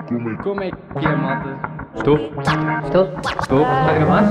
Como é que é, malta? Estou? Está a gravar?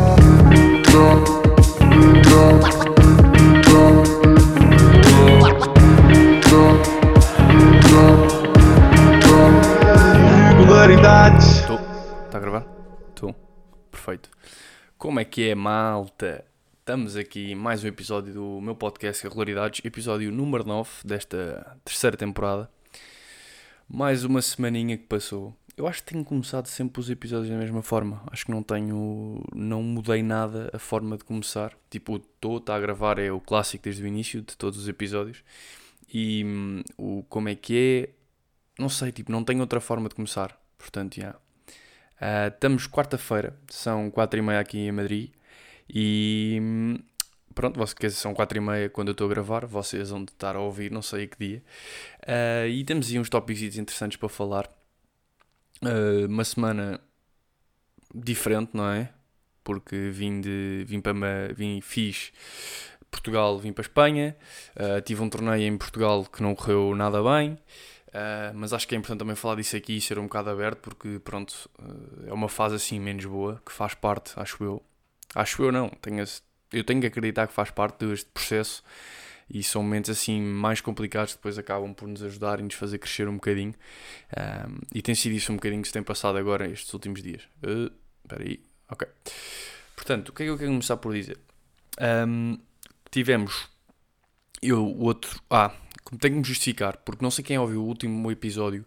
Regularidades. Estou. Está a gravar? Estou. Perfeito. Como é que é, malta? Estamos aqui em mais um episódio do meu podcast Regularidades, episódio número 9 desta terceira temporada. Mais uma semaninha que passou. Eu acho que tenho começado sempre os episódios da mesma forma. Acho que não mudei nada a forma de começar. Tipo, está a gravar é o clássico desde o início de todos os episódios. E o como é que é, não sei, tipo, não tenho outra forma de começar. Portanto, já. Estamos quarta-feira, são 4h30 aqui em Madrid. E pronto, são 4h30 quando eu estou a gravar. Vocês vão estar a ouvir, não sei a que dia. E temos aí uns tópicos interessantes para falar. Uma semana diferente, não é? Porque fiz Portugal, vim para Espanha. Tive um torneio em Portugal que não correu nada bem. Mas acho que é importante também falar disso aqui e ser um bocado aberto, porque pronto, é uma fase assim menos boa, que faz parte, acho eu. Acho eu não, eu tenho que acreditar que faz parte deste processo. E são momentos assim mais complicados que depois acabam por nos ajudar e nos fazer crescer um bocadinho. E tem sido isso um bocadinho que se tem passado agora estes últimos dias. Espera aí, ok. Portanto, o que é que eu quero começar por dizer? Tivemos tenho que me justificar, porque não sei quem ouviu o último episódio.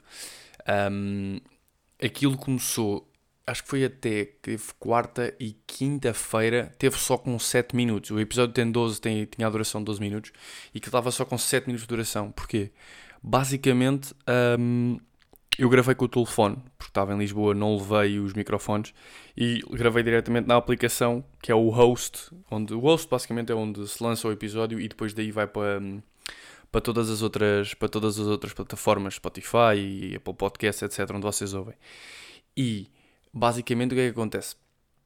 Aquilo começou, acho que foi até que teve quarta e quinta-feira, teve só com 7 minutos. O episódio tinha a duração de 12 minutos e que estava só com 7 minutos de duração. Porquê? Basicamente, eu gravei com o telefone, porque estava em Lisboa, não levei os microfones e gravei diretamente na aplicação, que é o Host, onde o Host basicamente é onde se lança o episódio e depois daí vai para todas as outras plataformas, Spotify e Apple Podcasts, etc, onde vocês ouvem. E basicamente o que é que acontece?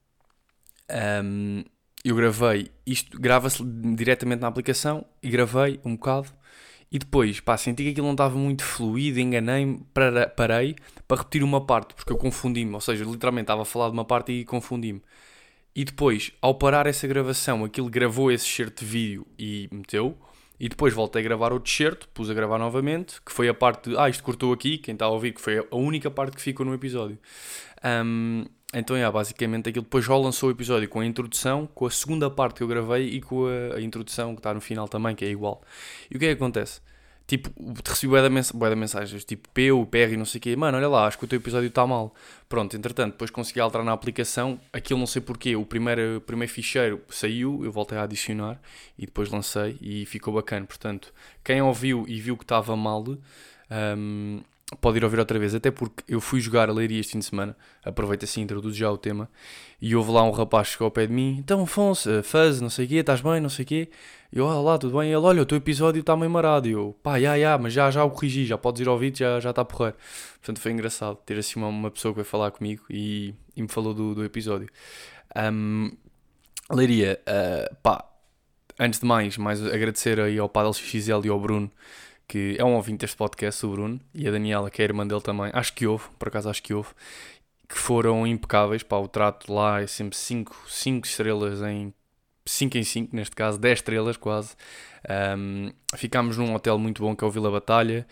Eu gravei isto, grava-se diretamente na aplicação e gravei um bocado e depois, senti que aquilo não estava muito fluido, enganei-me, parei para repetir uma parte, porque eu confundi-me, ou seja, literalmente estava a falar de uma parte e confundi-me. E depois, ao parar essa gravação, aquilo gravou esse excerto de vídeo e meteu. E depois voltei a gravar outro excerto, pus a gravar novamente, que foi a parte de, isto cortou aqui, quem está a ouvir, que foi a única parte que ficou no episódio. Então, basicamente aquilo depois já lançou o episódio com a introdução, com a segunda parte que eu gravei e com a introdução que está no final também, que é igual. E o que é que acontece? Tipo, recebi bué de mensagens, tipo, PR e não sei o quê. Mano, olha lá, acho que o teu episódio está mal. Pronto, entretanto, depois consegui alterar na aplicação. Aquilo não sei porquê, o primeiro ficheiro saiu, eu voltei a adicionar e depois lancei e ficou bacana. Portanto, quem ouviu e viu que estava mal, pode ir ouvir outra vez. Até porque eu fui jogar a Leiria este fim de semana. Aproveito assim, introduzo já o tema. E houve lá um rapaz que chegou ao pé de mim. Então, Afonso, faz, não sei o quê, estás bem, não sei o quê. E eu, olá, tudo bem? E ele, olha, o teu episódio está meio marado. E eu, mas já o corrigi, já podes ir ao vídeo, já está a porrer. Portanto, foi engraçado ter assim uma pessoa que veio falar comigo e me falou do episódio. Leiria, antes de mais agradecer aí ao Padel XXL e ao Bruno, que é um ouvinte deste podcast, o Bruno, e a Daniela, que é a irmã dele também, acho que houve, que foram impecáveis. O trato lá é sempre 5 estrelas em 5 em 5, neste caso 10 estrelas quase. Ficámos num hotel muito bom que é o Vila Batalha.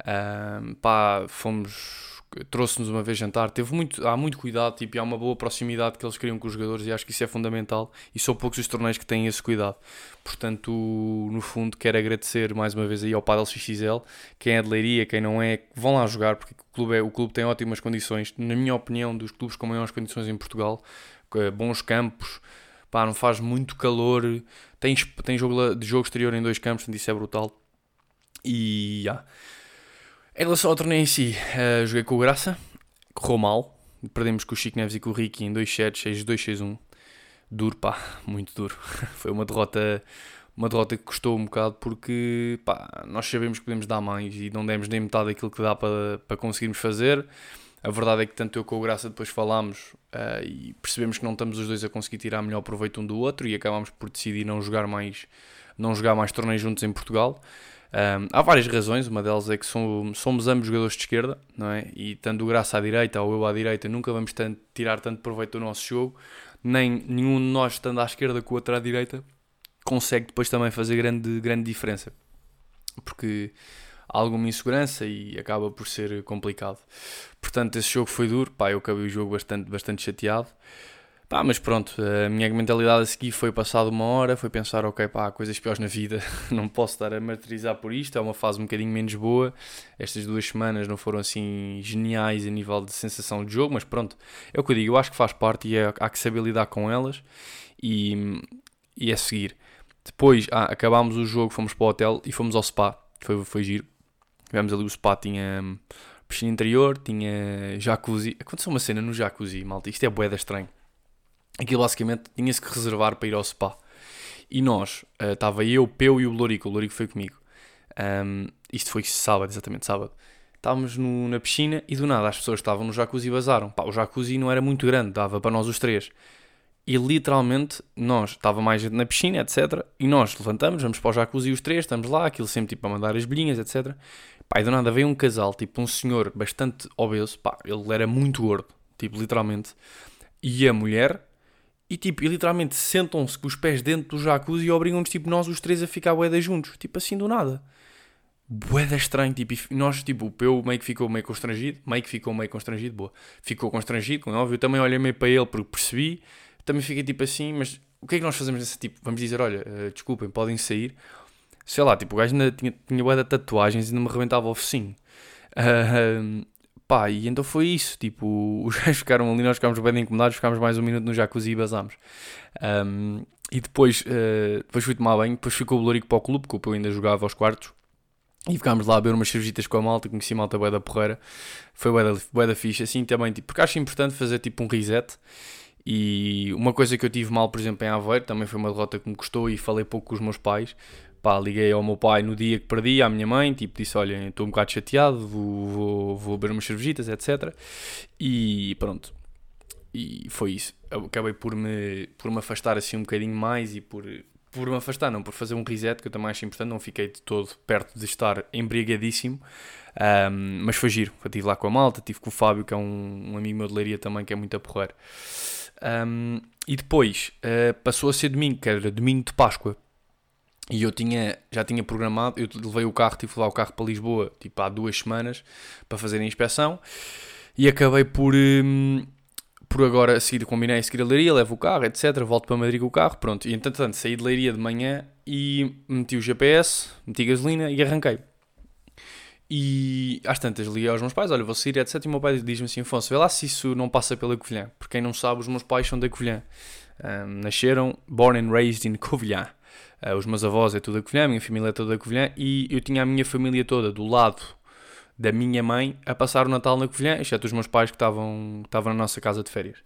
Trouxe-nos uma vez jantar. Há muito cuidado, e há uma boa proximidade que eles criam com os jogadores, e acho que isso é fundamental, e são poucos os torneios que têm esse cuidado. Portanto, no fundo, quero agradecer mais uma vez aí ao Padel XXL. Quem é de Leiria, quem não é, vão lá jogar, porque o clube tem ótimas condições, na minha opinião, dos clubes com maiores condições em Portugal. Bons campos, não faz muito calor, tem jogo exterior em 2 campos, portanto isso é brutal. E em relação ao torneio em si, joguei com o Graça, correu mal, perdemos com o Chico Neves e com o Ricky em 2 sets, 6-2, 6-1, duro, muito duro. Foi uma derrota que custou um bocado, porque nós sabemos que podemos dar mais e não demos nem metade daquilo que dá para conseguirmos fazer. A verdade é que tanto eu como o Graça depois falámos e percebemos que não estamos os dois a conseguir tirar melhor proveito um do outro, e acabámos por decidir não jogar mais torneios juntos em Portugal. Há várias razões, uma delas é que somos ambos jogadores de esquerda, não é? E tanto o Graça à direita ou eu à direita, nunca vamos tirar tanto proveito do nosso jogo, nem nenhum de nós estando à esquerda com o outro à direita consegue depois também fazer grande diferença, porque há alguma insegurança e acaba por ser complicado. Portanto, esse jogo foi duro, pá, eu acabei o jogo bastante chateado. Pá, mas pronto, a minha mentalidade a seguir foi passado uma hora, foi pensar, ok, pá, há coisas piores na vida, não posso estar a martirizar por isto, é uma fase um bocadinho menos boa, estas 2 semanas não foram assim geniais a nível de sensação de jogo, mas pronto, é o que eu digo, eu acho que faz parte e há que saber lidar com elas e é seguir. Depois, acabámos o jogo, fomos para o hotel e fomos ao spa, foi giro, tivemos ali o spa, tinha piscina interior, tinha jacuzzi, aconteceu uma cena no jacuzzi, malta, isto é bué da estranho. Aquilo basicamente tinha-se que reservar para ir ao spa. E nós, estava eu, Peu e o Lorico foi comigo. Isto foi sábado, exatamente sábado. Estávamos na piscina e do nada as pessoas que estavam no jacuzzi vazaram. Pá, o jacuzzi não era muito grande, dava para nós os 3. E literalmente, estava mais gente na piscina, etc. E nós levantamos, vamos para o jacuzzi os 3, estamos lá, aquilo sempre tipo a mandar as bolhinhas, etc. Pá, e do nada veio um casal, tipo um senhor bastante obeso, pá, ele era muito gordo, tipo literalmente. E a mulher... E tipo, e literalmente sentam-se com os pés dentro do jacuzzi e obrigam-nos, tipo, nós os 3 a ficar bué juntos. Tipo, assim do nada. Bué estranho, tipo, e nós, tipo, o Peu meio que ficou meio constrangido. Boa. Ficou constrangido, como é óbvio. Eu também olhei meio para ele porque percebi. Também fiquei tipo assim, mas o que é que nós fazemos nesse tipo? Vamos dizer, olha, desculpem, podem sair. Sei lá, tipo, o gajo ainda tinha bué de tatuagens e ainda me arrebentava o focinho. Pá, e então foi isso, tipo, os gajos ficaram ali, nós ficámos bem incomodados, ficámos mais um minuto no jacuzzi e basámos. E depois fui tomar banho, depois ficou o Lorico para o clube, porque eu ainda jogava aos quartos, e ficámos lá a beber umas cervejitas com a malta, conheci a malta bué da porreira, foi bué da fixe, assim também, tipo, porque acho importante fazer tipo um reset. E uma coisa que eu tive mal, por exemplo, em Aveiro, também foi uma derrota que me custou e falei pouco com os meus pais. Pá, liguei ao meu pai no dia que perdi, à minha mãe, tipo, disse, olha, estou um bocado chateado, vou beber umas cervejitas, etc. E pronto, e foi isso. Eu acabei por me afastar assim um bocadinho mais e por me afastar, não, por fazer um reset, que eu também acho importante, não fiquei de todo perto de estar embriagadíssimo, mas foi giro. Eu estive lá com a malta, estive com o Fábio, que é um amigo meu de Leiria também, que é muito a porreiro. E depois passou a ser domingo, que era domingo de Páscoa. E eu já tinha programado, eu levei o carro, tive que levar o carro para Lisboa, tipo há 2 semanas, para fazer a inspeção. E acabei por agora combinei a seguir a Leiria, levo o carro, etc. Volto para Madrid com o carro, pronto. E entretanto saí de Leiria de manhã e meti o GPS, meti gasolina e arranquei. E às tantas liguei aos meus pais, olha, vou sair, etc. E o meu pai diz-me assim, Afonso, vê lá se isso não passa pela Covilhã. Porque quem não sabe, os meus pais são da Covilhã. Nasceram, born and raised in Covilhã. Os meus avós é tudo da Covilhã, a minha família é toda da Covilhã. E eu tinha a minha família toda do lado da minha mãe a passar o Natal na Covilhã, exceto os meus pais que estavam na nossa casa de férias.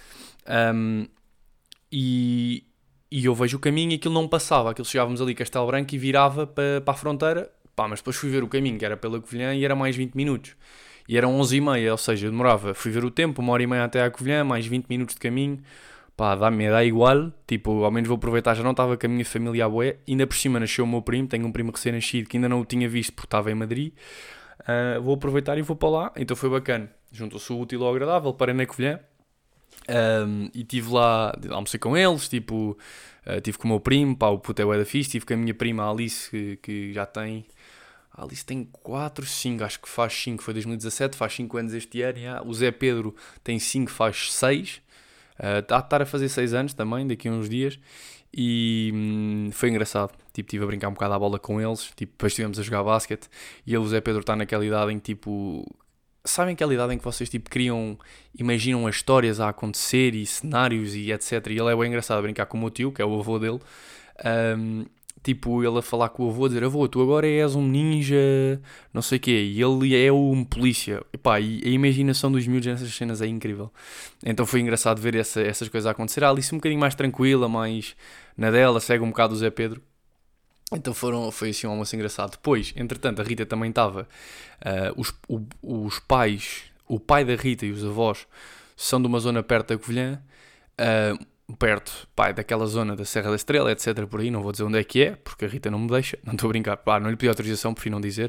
E eu vejo o caminho e aquilo não passava. Aquilo chegávamos ali Castelo Branco e virava para a fronteira. Pá, mas depois fui ver o caminho, que era pela Covilhã, e era mais 20 minutos. E eram 11h30, ou seja, eu demorava, fui ver o tempo, 1h30 até à Covilhã, mais 20 minutos de caminho. Pá, dá igual, tipo, ao menos vou aproveitar, já não estava com a minha família à bué. Ainda por cima nasceu o meu primo, tenho um primo recém-nascido que ainda não o tinha visto porque estava em Madrid. Vou aproveitar e vou para lá, então foi bacana. Juntou-se o útil ao agradável, parei na Covilhã. E estive lá, almocei com eles, tipo, estive com o meu primo, pá, o puto é bué da fixe, estive com a minha prima a Alice, que já tem... A Alice tem 4, 5, acho que faz 5, foi 2017, faz 5 anos este ano. Já. O Zé Pedro tem 5, faz 6. Está a estar a fazer 6 anos também, daqui a uns dias. E foi engraçado. Tipo, estive a brincar um bocado à bola com eles. Tipo, depois estivemos a jogar basquete. E ele, o Zé Pedro, está naquela idade em que, tipo... Sabem aquela idade em que vocês, tipo, imaginam as histórias a acontecer e cenários e etc. E ele é bem engraçado a brincar com o meu tio, que é o avô dele. Tipo, ele a falar com o avô, a dizer, avô, tu agora és um ninja, não sei o quê, e ele é um polícia. Epá, e a imaginação dos miúdos nessas cenas é incrível. Então foi engraçado ver essas coisas a acontecer. A Alice um bocadinho mais tranquila, mais na dela, segue um bocado o Zé Pedro. Então foi assim um almoço engraçado. Depois, entretanto, a Rita também estava. Os pais, o pai da Rita e os avós são de uma zona perto da Covilhã. perto, pá, daquela zona da Serra da Estrela, etc, por aí, não vou dizer onde é que é, porque a Rita não me deixa, não estou a brincar, pá, não lhe pedi autorização, prefiro não dizer,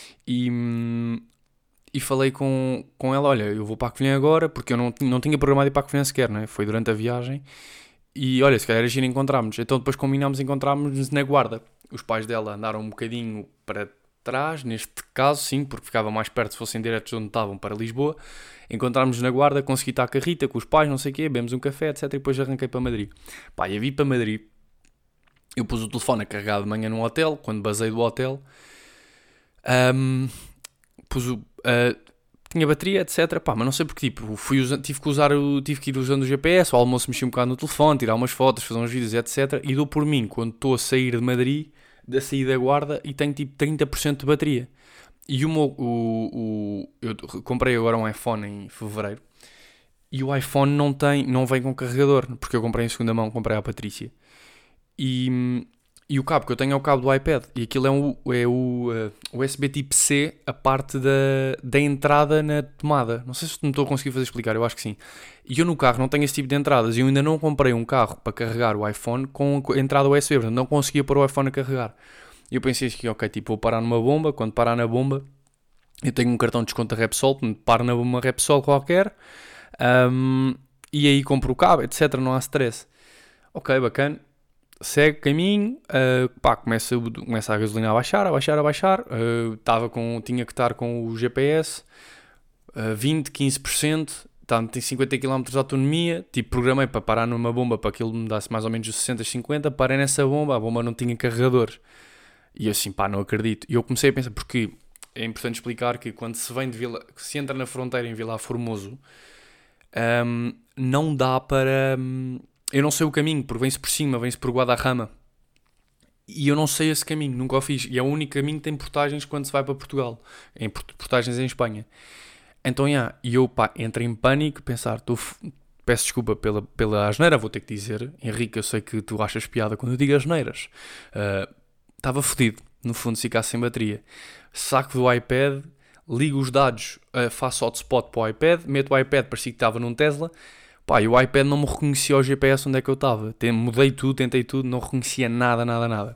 e falei com ela, olha, eu vou para a Covilhã agora, porque eu não tinha programado ir para a Covilhã sequer, né? Foi durante a viagem, e olha, se calhar era giro encontrarmos, então depois combinámos encontrarmos na Guarda. Os pais dela andaram um bocadinho para trás, neste caso sim, porque ficava mais perto se fossem diretos de onde estavam para Lisboa. Encontrámos na Guarda, consegui estar com a Rita, com os pais, não sei o quê, bebemos um café, etc, e depois arranquei para Madrid. Pá, eu vim para Madrid, eu pus o telefone a carregar de manhã no hotel, quando basei do hotel, tinha bateria, etc. Pá, mas não sei porque, tipo, tive que ir usando o GPS, o almoço mexi um bocado no telefone, tirar umas fotos, fazer uns vídeos, etc. E dou por mim, quando estou a sair de Madrid, da saída da Guarda, e tenho tipo 30% de bateria. E eu comprei agora um iPhone em fevereiro, e o iPhone não vem com carregador, porque eu comprei em segunda mão, comprei à Patrícia. E o cabo que eu tenho é o cabo do iPad. E aquilo é o USB tipo C, a parte da entrada na tomada. Não sei se me estou a conseguir fazer explicar, eu acho que sim. E eu no carro não tenho esse tipo de entradas. E eu ainda não comprei um carro para carregar o iPhone com entrada USB. Portanto, não conseguia pôr o iPhone a carregar. E eu pensei que, ok, tipo, vou parar numa bomba. Quando parar na bomba, eu tenho um cartão de desconto da Repsol. Paro numa Repsol qualquer. E aí compro o cabo, etc. Não há stress. Ok, bacana. Segue caminho, começa a gasolina a baixar. Tinha que estar com o GPS 20, 15%, tem 50 km de autonomia. Tipo, programei para parar numa bomba para que ele me desse mais ou menos os 60, 50. Parei nessa bomba, a bomba não tinha carregadores. E eu assim, não acredito. E eu comecei a pensar, porque é importante explicar que quando se entra na fronteira em Vilar Formoso, não dá para... Eu não sei o caminho, porque vem-se por cima, vem-se por Guadarrama. E eu não sei esse caminho, nunca o fiz. E é o único caminho que tem portagens quando se vai para Portugal. Portagens em Espanha. Então, e eu, entrei em pânico, pensar, peço desculpa pela asneira, vou ter que dizer. Henrique, eu sei que tu achas piada quando eu digo asneiras. Estava fodido, no fundo, se ficasse sem bateria. Saco do iPad, ligo os dados, faço hotspot para o iPad, meto o iPad, parecia que estava num Tesla. E o iPad não me reconhecia o GPS onde é que eu estava. Mudei tudo, tentei tudo, não reconhecia nada.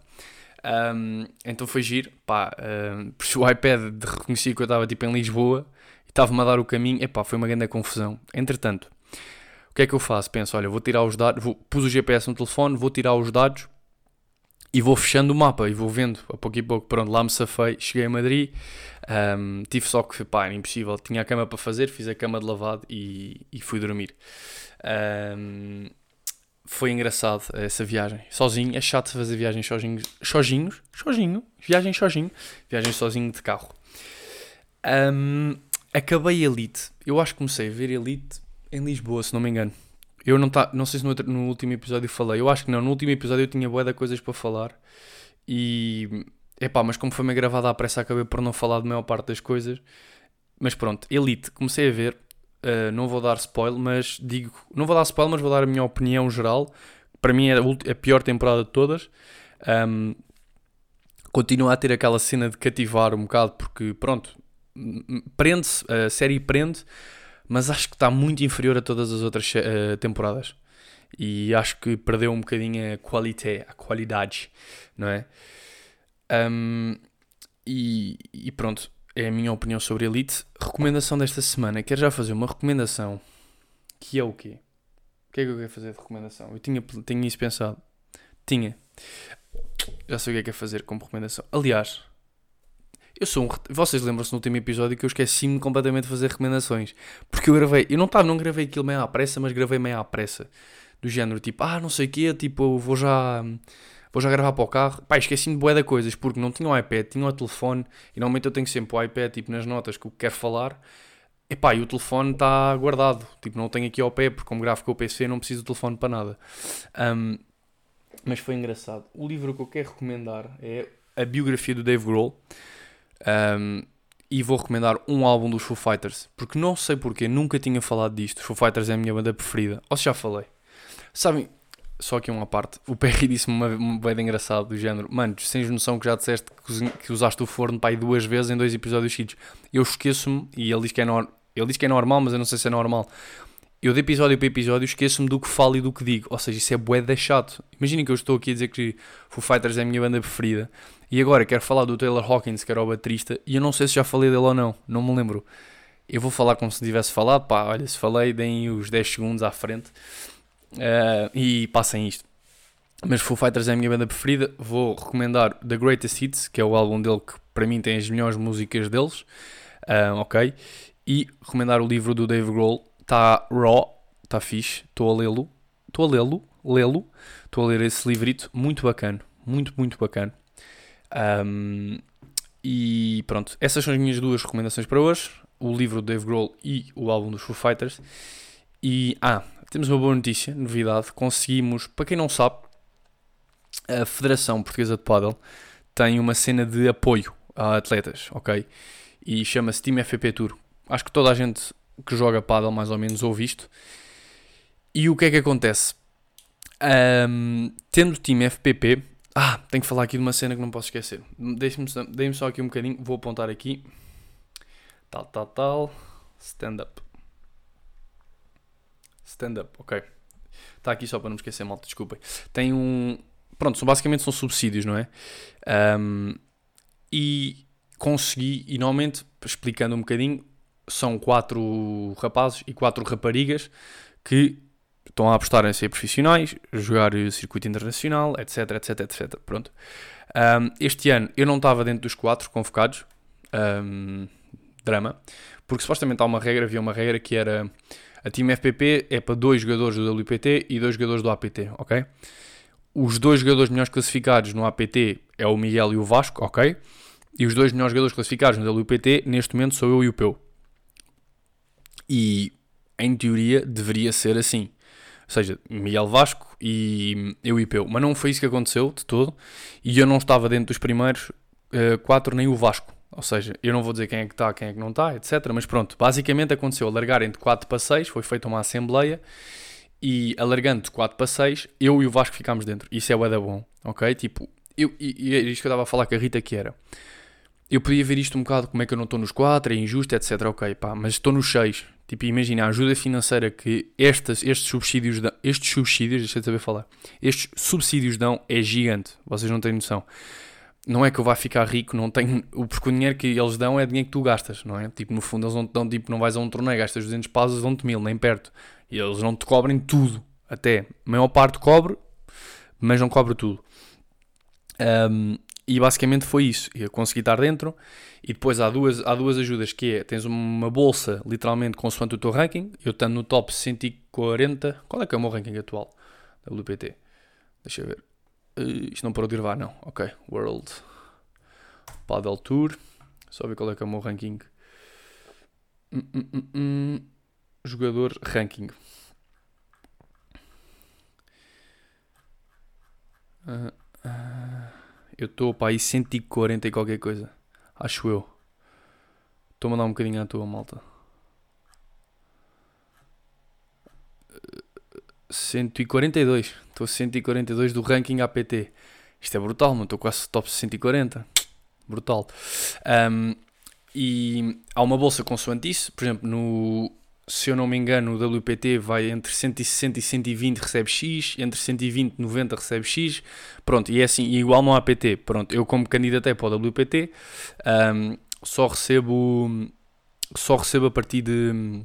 Então foi giro. Porque o iPad reconhecia que eu estava tipo em Lisboa e estava-me a dar o caminho. Foi uma grande confusão. Entretanto, o que é que eu faço? Penso, olha, vou tirar os dados, pus o GPS no telefone, vou tirar os dados e vou fechando o mapa e vou vendo a pouco e pouco. Pronto, lá me safei, cheguei a Madrid. Tive só que, era impossível, tinha a cama para fazer, fiz a cama de lavado e fui dormir. Foi engraçado essa viagem, sozinho. É chato fazer viagens sozinho, viagem sozinho de carro. Acabei Elite, eu acho que comecei a ver Elite em Lisboa, se não me engano. Eu não sei se no último episódio falei, eu acho que não, no último episódio eu tinha bué de coisas para falar e... mas como foi-me gravado à pressa, acabei por não falar de maior parte das coisas. Mas pronto, Elite, comecei a ver. Não vou dar spoiler, mas vou dar a minha opinião geral. Para mim é a pior temporada de todas. Continua a ter aquela cena de cativar um bocado, porque pronto, prende-se, a série prende, mas acho que está muito inferior a todas as outras temporadas. E acho que perdeu um bocadinho a qualidade, não é? E pronto, é a minha opinião sobre Elite. Recomendação desta semana, quero já fazer uma recomendação que é o quê? O que é que eu quero fazer de recomendação? Eu tinha isso pensado. Já sei o que é fazer como recomendação. Aliás, vocês lembram-se no último episódio que eu esqueci-me completamente de fazer recomendações, porque eu gravei, não gravei aquilo meio à pressa, mas gravei meio à pressa, do género, tipo, não sei o quê, tipo, vou já gravar para o carro. Esqueci-me de bué de coisas, porque não tinha o iPad, tinha o telefone, e normalmente eu tenho sempre o iPad, tipo, nas notas que eu quero falar, e o telefone está guardado, tipo, não o tenho aqui ao pé, porque como gravo com o PC não preciso do telefone para nada. Mas foi engraçado. O livro que eu quero recomendar é a biografia do Dave Grohl, e vou recomendar um álbum dos Foo Fighters, porque não sei porquê, nunca tinha falado disto. Os Foo Fighters é a minha banda preferida, ou se já falei. Sabem, só aqui uma parte, o Perry disse-me uma bem engraçado do género, mano, tens noção que já disseste que usaste o forno 2 vezes em 2 episódios seguidos. Eu esqueço-me, e ele diz que é normal, mas eu não sei se é normal. eu de episódio para episódio esqueço-me do que falo e do que digo. Ou seja, isso é bué de chato. Imaginem que eu estou aqui a dizer que Foo Fighters é a minha banda preferida e agora quero falar do Taylor Hawkins, que era o baterista, e eu não sei se já falei dele ou não me lembro. Eu vou falar como se tivesse falado. Pá, olha, se falei, deem os 10 segundos à frente e passem isto. Mas Foo Fighters é a minha banda preferida. Vou recomendar The Greatest Hits, que é o álbum dele que para mim tem as melhores músicas deles. Ok? E recomendar o livro do Dave Grohl. Está raw, está fixe. Estou a lê-lo. Estou a ler esse livrito. Muito bacana. Muito, muito bacana. E pronto. Essas são as minhas duas recomendações para hoje. O livro do Dave Grohl e o álbum dos Foo Fighters. E, temos uma boa notícia, novidade. Conseguimos, para quem não sabe, a Federação Portuguesa de Pádel tem uma cena de apoio a atletas, ok? E chama-se Team FPP Tour. Acho que toda a gente que joga pádel mais ou menos ouve isto. E o que é que acontece? Tendo Team FPP... tenho que falar aqui de uma cena que não posso esquecer. Deem-me só aqui um bocadinho. Vou apontar aqui. Tal. Stand up, ok. Está aqui só para não me esquecer, malta, desculpem. Tem Pronto, basicamente são subsídios, não é? E consegui, e normalmente, explicando um bocadinho, são 4 rapazes e 4 raparigas que estão a apostar em ser profissionais, a jogar circuito internacional, etc. Pronto. Este ano eu não estava dentro dos 4 convocados. Drama. Porque supostamente havia uma regra que era a Team FPP é para 2 jogadores do WPT e 2 jogadores do APT, ok? Os 2 jogadores melhores classificados no APT é o Miguel e o Vasco, ok? E os 2 melhores jogadores classificados no WPT, neste momento, sou eu e o Peu. E, em teoria, deveria ser assim. Ou seja, Miguel, Vasco e eu e Peu. Mas não foi isso que aconteceu, de todo. E eu não estava dentro dos primeiros 4, nem o Vasco. Ou seja, eu não vou dizer quem é que está, quem é que não está, etc. Mas pronto, basicamente aconteceu alargarem de 4 para 6, foi feita uma assembleia. E alargando de 4 para 6, eu e o Vasco ficámos dentro. Isso é bué da bom, ok? Tipo, e é isto que eu estava a falar com a Rita, que era... Eu podia ver isto um bocado, como é que eu não estou nos 4, é injusto, etc. Ok, pá, mas estou nos 6. Tipo, imagina a ajuda financeira que estes subsídios dão... Estes subsídios dão é gigante. Vocês não têm noção. Não é que eu vá ficar rico, não tenho... Porque o dinheiro que eles dão é dinheiro que tu gastas, não é? Tipo, no fundo, eles não te dão, tipo, não vais a um torneio, gastas 200 paus, dão-te 1000, nem perto. E eles não te cobrem tudo, até. A maior parte cobre, mas não cobre tudo. E basicamente foi isso. Eu consegui estar dentro. E depois há duas ajudas, que é, tens uma bolsa, literalmente, consoante o teu ranking. Eu estando no top 140... Qual é que é o meu ranking atual? WPT. Deixa eu ver. Isto não parou de gravar, não. Ok. World Padel Tour. Só ver qual é que é o meu ranking. Jogador ranking. Eu estou para aí 140 e qualquer coisa. Acho eu. Estou a mandar um bocadinho à tua, malta. 142. Estou a 142 do ranking APT. Isto é brutal, mano. Estou quase top 140. Brutal. E há uma bolsa consoante isso. Por exemplo, se eu não me engano, o WPT vai entre 160 e 120 recebe X, entre 120 e 90 recebe X, pronto, e é assim, igual no APT, pronto, eu como candidatei para o WPT, só recebo a partir de...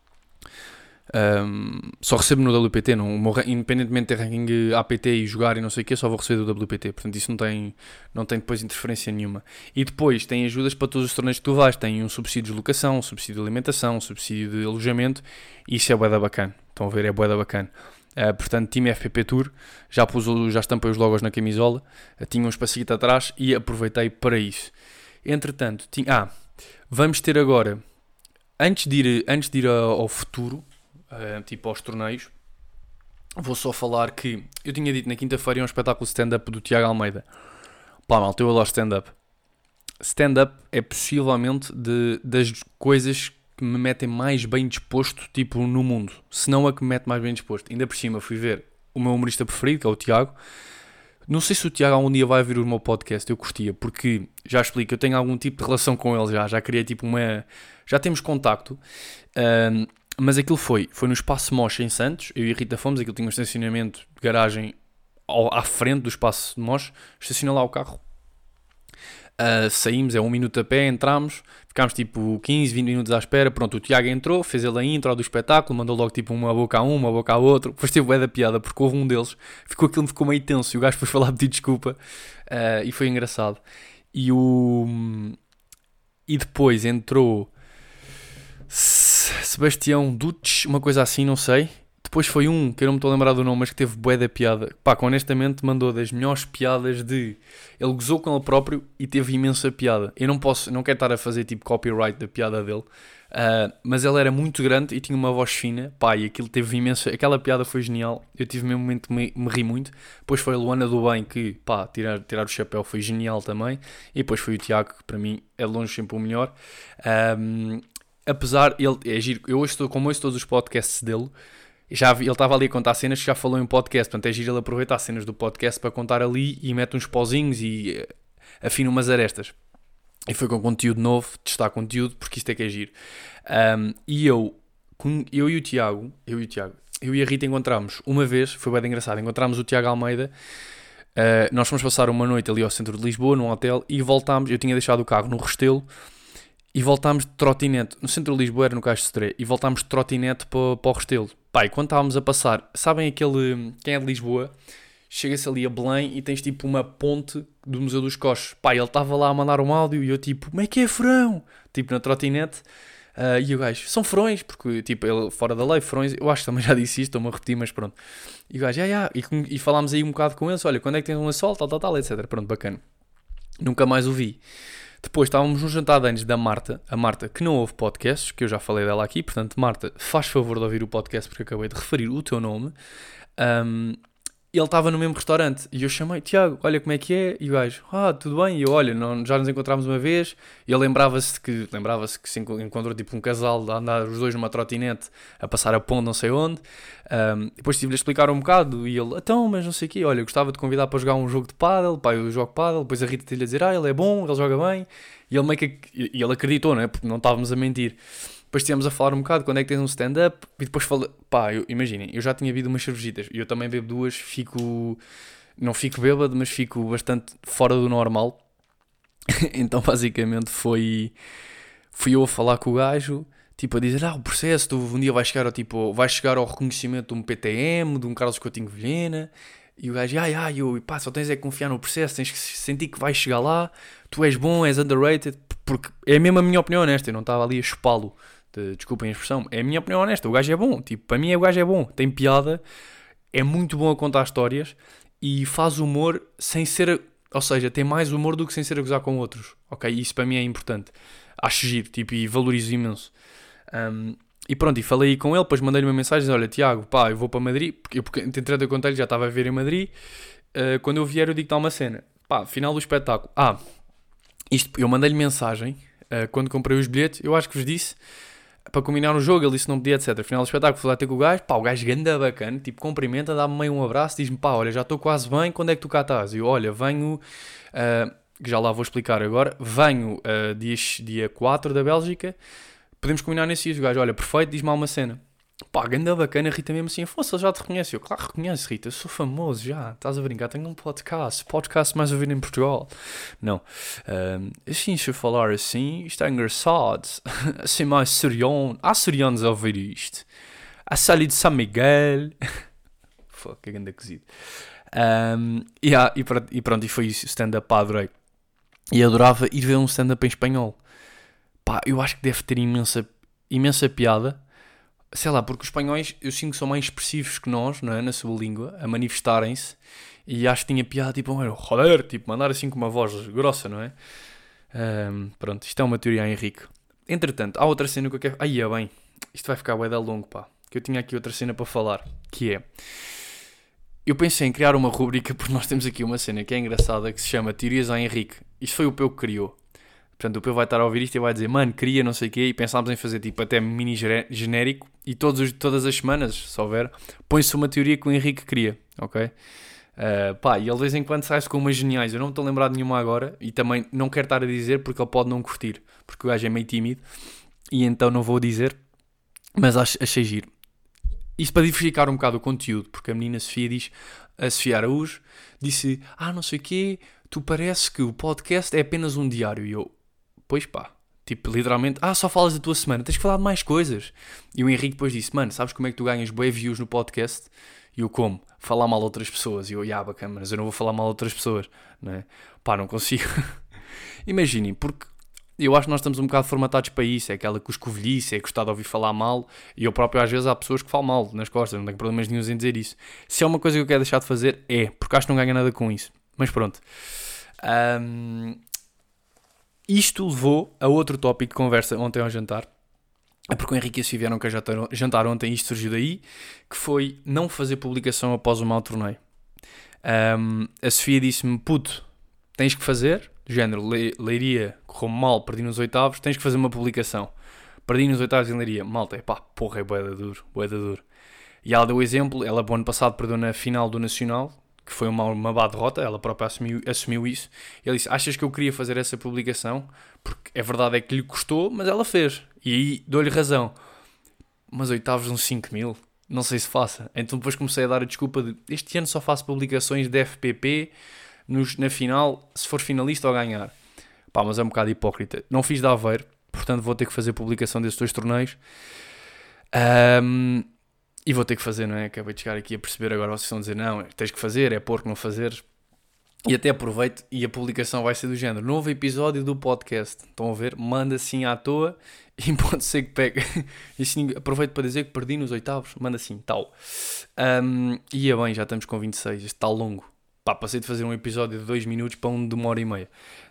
só recebo no WPT, não, independentemente de ter ranking APT e jogar e não sei o que, só vou receber do WPT, portanto isso não tem depois interferência nenhuma. E depois tem ajudas para todos os torneios que tu vais, tem um subsídio de locação, um subsídio de alimentação, um subsídio de alojamento, e isso é bué da bacana, estão a ver, é bué da bacana. Portanto, Team FPP Tour, já estampei os logos na camisola, tinha um espacito atrás e aproveitei para isso. Entretanto, vamos ter agora, antes de ir ao futuro, tipo aos torneios, vou só falar que eu tinha dito na quinta-feira um espetáculo stand-up do Tiago Almeida. Pá, malta, eu adoro stand-up. Stand-up é possivelmente das coisas que me metem mais bem disposto, tipo, no mundo. Se não a que me mete mais bem disposto. Ainda por cima fui ver o meu humorista preferido, que é o Tiago. Não sei se o Tiago algum dia vai ouvir o meu podcast, eu curtia, porque, já explico, eu tenho algum tipo de relação com ele já criei tipo já temos contacto, Mas aquilo foi no Espaço Mosh em Santos, eu e a Rita fomos, aquilo tinha um estacionamento de garagem à frente do Espaço de Mosh, estacionou lá o carro. Saímos, 1 minuto a pé, entramos, ficámos tipo 15, 20 minutos à espera. Pronto, o Tiago entrou, fez ele a intro do espetáculo, mandou logo tipo uma boca a um, uma boca a outro. Depois teve bué da piada, porque houve um deles, aquilo ficou meio tenso e o gajo depois foi lá pedir desculpa, e foi engraçado. E depois entrou Sebastião Dutch, uma coisa assim, não sei. Depois foi um, que eu não me estou a lembrar do nome, mas que teve bué da piada. Pá, que honestamente mandou das melhores piadas de... Ele gozou com ele próprio e teve imensa piada. Eu não quero estar a fazer tipo copyright da piada dele. Mas ele era muito grande e tinha uma voz fina. Pá, e aquilo teve imensa... Aquela piada foi genial. Eu tive mesmo um momento que me ri muito. Depois foi a Luana do Bem, que pá, tirar o chapéu foi genial também. E depois foi o Tiago, que para mim é longe sempre o melhor. Apesar, ele é giro. Como ouço todos os podcasts dele... Ele estava ali a contar cenas que já falou em podcast, portanto é giro ele aproveitar as cenas do podcast para contar ali e mete uns pauzinhos e afina umas arestas. E foi com conteúdo novo, testar conteúdo, porque isto é que é giro. E eu e o Tiago, eu e a Rita encontramos uma vez, foi bem engraçado, encontramos o Tiago Almeida, nós fomos passar uma noite ali ao centro de Lisboa, num hotel, e voltámos, eu tinha deixado o carro no Restelo, e voltámos de trotinete, no centro de Lisboa, era no Cais de Sodré, e voltámos de trotinete para o Restelo. Pá, e quando estávamos a passar, sabem aquele, quem é de Lisboa, chega-se ali a Belém e tens tipo uma ponte do Museu dos Coches. Pá, ele estava lá a mandar um áudio e eu tipo, como é que é frão? Tipo na trotinete, e o gajo, são frões, porque tipo, ele fora da lei, frões, eu acho que também já disse isto, estou-me a repetir, mas pronto. E o gajo, e falámos aí um bocado com eles, olha, quando é que tens um lençol, tal, etc. Pronto, bacana. Nunca mais o vi. Depois estávamos no jantar de anos da Marta, a Marta que não ouve podcasts, que eu já falei dela aqui, portanto Marta, faz favor de ouvir o podcast porque acabei de referir o teu nome. Ele estava no mesmo restaurante e eu chamei, Tiago, olha como é que é, e o gajo, tudo bem, e eu, olha, já nos encontramos uma vez, e ele lembrava-se que se encontrou tipo um casal a andar os dois numa trotinete a passar a ponte não sei onde. Depois tive-lhe a explicar um bocado e ele, então, mas não sei o quê, olha, gostava de convidar para jogar um jogo de pádel, pá, eu jogo pádel, depois a Rita teve-lhe a dizer, ele é bom, ele joga bem, e ele meio que, e ele acreditou, não é, porque não estávamos a mentir. Depois estivemos a falar um bocado, quando é que tens um stand-up, e depois falei, pá, imaginem, eu já tinha bebido umas cervejitas, e eu também bebo duas, não fico bêbado, mas fico bastante fora do normal. Então basicamente fui eu a falar com o gajo, tipo a dizer, o processo, tu um dia vais chegar ao reconhecimento de um PTM, de um Carlos Coutinho Vilhena, e o gajo, só tens é que confiar no processo, tens que sentir que vais chegar lá, tu és bom, és underrated, porque é mesmo a minha opinião honesta, eu não estava ali a chupá-lo, desculpem a expressão, é a minha opinião honesta, o gajo é bom, tipo, para mim o gajo é bom, tem piada, é muito bom a contar histórias e faz humor sem ser, ou seja, tem mais humor do que sem ser a gozar com outros, ok? Isso para mim é importante, acho giro, tipo, e valorizo imenso. E pronto, e falei com ele, depois mandei-lhe uma mensagem, olha, Tiago, pá, eu vou para Madrid, porque entretanto eu contei-lhe, já estava a ver em Madrid, quando eu vier eu digo-te uma cena, pá, final do espetáculo, eu mandei-lhe mensagem, quando comprei os bilhetes, eu acho que vos disse, para combinar o jogo, ele disse que não podia, etc. Final do espetáculo, fui lá ter com o gajo, pá, o gajo ganda bacana, tipo, cumprimenta, dá-me meio um abraço, diz-me, pá, olha, já estou quase bem, quando é que tu cá estás? E eu, olha, venho, que já lá vou explicar agora, venho dia 4 da Bélgica, podemos combinar nesse dia, o gajo, olha, perfeito, diz-me uma cena. Pá, ganda bacana, Rita mesmo assim, ele já te reconhece. Eu, claro, reconhece, Rita, eu sou famoso já, estás a brincar, tenho um podcast mais ouvido em Portugal. Não, assim, se eu falar assim, isto é engraçado, assim mais serião, há serianos a ouvir isto. A Sally de São Miguel, fuck, que ganda cozido. E pronto, e foi isso, stand-up, pá, adorei. E adorava ir ver um stand-up em espanhol. Pá, eu acho que deve ter imensa piada. Sei lá, porque os espanhóis eu sinto que são mais expressivos que nós, não é? Na sua língua, a manifestarem-se, e acho que tinha piada, tipo, joder, tipo, mandar assim com uma voz grossa, não é? Pronto, isto é uma teoria a Henrique. Entretanto, há outra cena que eu quero... isto vai ficar bué da longo, pá, que eu tinha aqui outra cena para falar, que é... Eu pensei em criar uma rubrica, porque nós temos aqui uma cena que é engraçada, que se chama Teorias a Henrique. Isto foi o Peu que criou. Portanto, o Peu vai estar a ouvir isto e vai dizer, mano, queria não sei o quê, e pensámos em fazer tipo até mini genérico, e todas as semanas, se houver, põe-se uma teoria que o Henrique cria, ok? E ele de vez em quando sai-se com umas geniais, eu não me estou a lembrar de nenhuma agora, e também não quero estar a dizer porque ele pode não curtir, porque o gajo é meio tímido, e então não vou dizer, Mas achei giro. Isto para diversificar um bocado o conteúdo, porque a menina a Sofia Araújo, disse, não sei o quê, tu parece que o podcast é apenas um diário. E eu, pois pá, tipo, literalmente, só falas da tua semana, tens que falar de mais coisas. E o Henrique depois disse, mano, sabes como é que tu ganhas bué views no podcast? E eu, como? Falar mal a outras pessoas. E eu, bacana, mas eu não vou falar mal a outras pessoas, não é? Pá, não consigo. Imaginem, porque eu acho que nós estamos um bocado formatados para isso, é aquela cuscovelhice, é gostar de ouvir falar mal, e eu próprio às vezes há pessoas que falam mal nas costas, não tenho problemas nenhum em dizer isso. Se é uma coisa que eu quero deixar de fazer, porque acho que não ganho nada com isso. Mas pronto. Isto levou a outro tópico de conversa ontem ao jantar, porque o Henrique e a Sofia vieram cá jantar ontem, e isto surgiu daí, que foi não fazer publicação após o mau torneio. A Sofia disse-me, puto, tens que fazer, do género, Leiria correu mal, perdi nos oitavos, tens que fazer uma publicação. Perdi nos oitavos em Leiria, malta, é bué da duro. E ela deu o exemplo, ela no ano passado perdeu na final do Nacional, que foi uma má derrota, ela própria assumiu isso. E ela disse, achas que eu queria fazer essa publicação? Porque a verdade é que lhe custou, mas ela fez. E aí dou-lhe razão. Mas oitavos uns 5.000, não sei se faça. Então depois comecei a dar a desculpa de, este ano só faço publicações de FPP, na final, se for finalista ou ganhar. Mas é um bocado hipócrita. Não fiz de Aveiro, portanto vou ter que fazer publicação desses 2 torneios. E vou ter que fazer, não é? Acabei de chegar aqui a perceber, agora vocês estão a dizer, não, tens que fazer, é porco não fazeres. E até aproveito, e a publicação vai ser do género, novo episódio do podcast. Estão a ver? Manda assim à toa, e pode ser que pegue. E assim, aproveito para dizer que perdi nos oitavos, manda assim, tal. E bem, já estamos com 26, este está longo. Passei de fazer um episódio de 2 minutos para um de 1h30.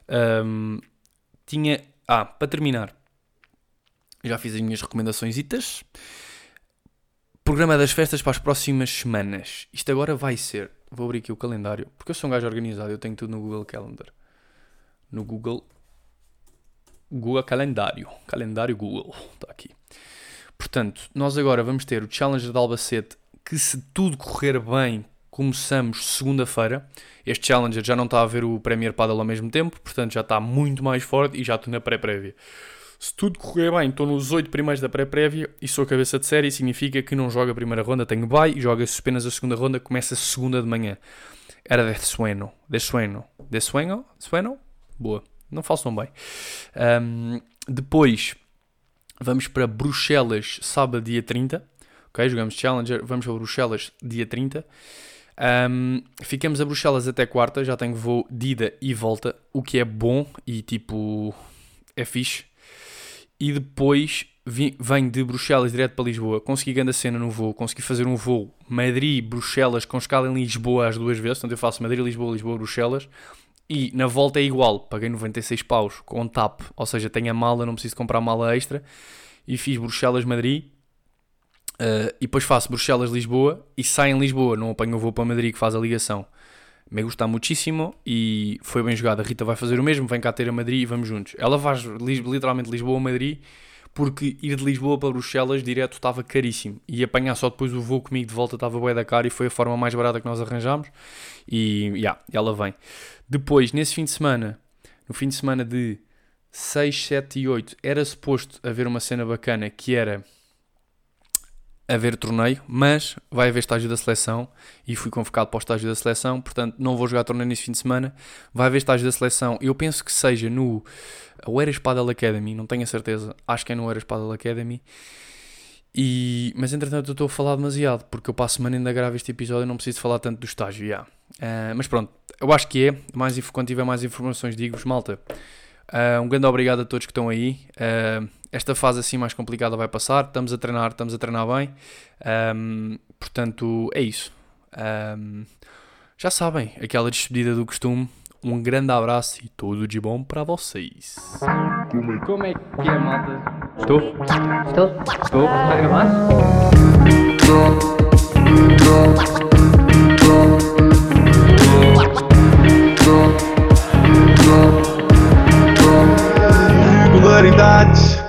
Para terminar, já fiz as minhas recomendações-itas. Programa das festas para as próximas semanas. Isto agora vai ser, vou abrir aqui o calendário, porque eu sou um gajo organizado, eu tenho tudo no Google Calendar. No Google Calendário Google, está aqui. Portanto, nós agora vamos ter o Challenger de Albacete, que se tudo correr bem, começamos segunda-feira. Este Challenger já não está a ver o Premier Padel ao mesmo tempo, portanto já está muito mais forte e já estou na pré-prévia. Se tudo correr bem, estou nos 8 primeiros da pré-prévia e sou cabeça de série, significa que não jogo a primeira ronda, tenho bye, e jogo apenas a segunda ronda, começa a segunda de manhã. Era de sueno? Boa, não faço tão bem. Depois vamos para Bruxelas, sábado dia 30. Ok, jogamos Challenger, vamos para Bruxelas dia 30. Ficamos a Bruxelas até quarta, já tenho voo de ida e volta, o que é bom e tipo, é fixe. E depois venho de Bruxelas direto para Lisboa, consegui grande cena no voo, consegui fazer um voo Madrid-Bruxelas com escala em Lisboa as 2 vezes, portanto eu faço Madrid-Lisboa, Lisboa-Bruxelas, e na volta é igual, paguei 96 paus com TAP, ou seja, tenho a mala, não preciso comprar mala extra, e fiz Bruxelas-Madrid, e depois faço Bruxelas-Lisboa, e saio em Lisboa, não apanho o voo para Madrid que faz a ligação. Me gusta muitíssimo e foi bem jogado. A Rita vai fazer o mesmo, vem cá ter a Madrid e vamos juntos. Ela faz literalmente Lisboa a Madrid, porque ir de Lisboa para Bruxelas direto estava caríssimo. E apanhar só depois o voo comigo de volta estava bué da cara e foi a forma mais barata que nós arranjámos. E ela vem. Depois, no fim de semana de 6, 7 e 8, era suposto haver uma cena bacana que era haver torneio, mas vai haver estágio da seleção e fui convocado para o estágio da seleção, portanto não vou jogar torneio nesse fim de semana. Vai haver estágio da seleção, eu penso que seja no Oeiras Padel Academy, não tenho a certeza, acho que é no Oeiras Padel Academy, mas entretanto eu estou a falar demasiado, porque eu para a semana ainda gravo este episódio e não preciso falar tanto do estágio, mas pronto, eu acho que quando tiver mais informações digo-vos, malta. Um grande obrigado a todos que estão aí. Esta fase assim mais complicada vai passar. Estamos a treinar bem. Portanto, é isso. Já sabem, aquela despedida do costume. Um grande abraço e tudo de bom para vocês. Como é que é, malta? Estou? Está a gravar? Irregularidades.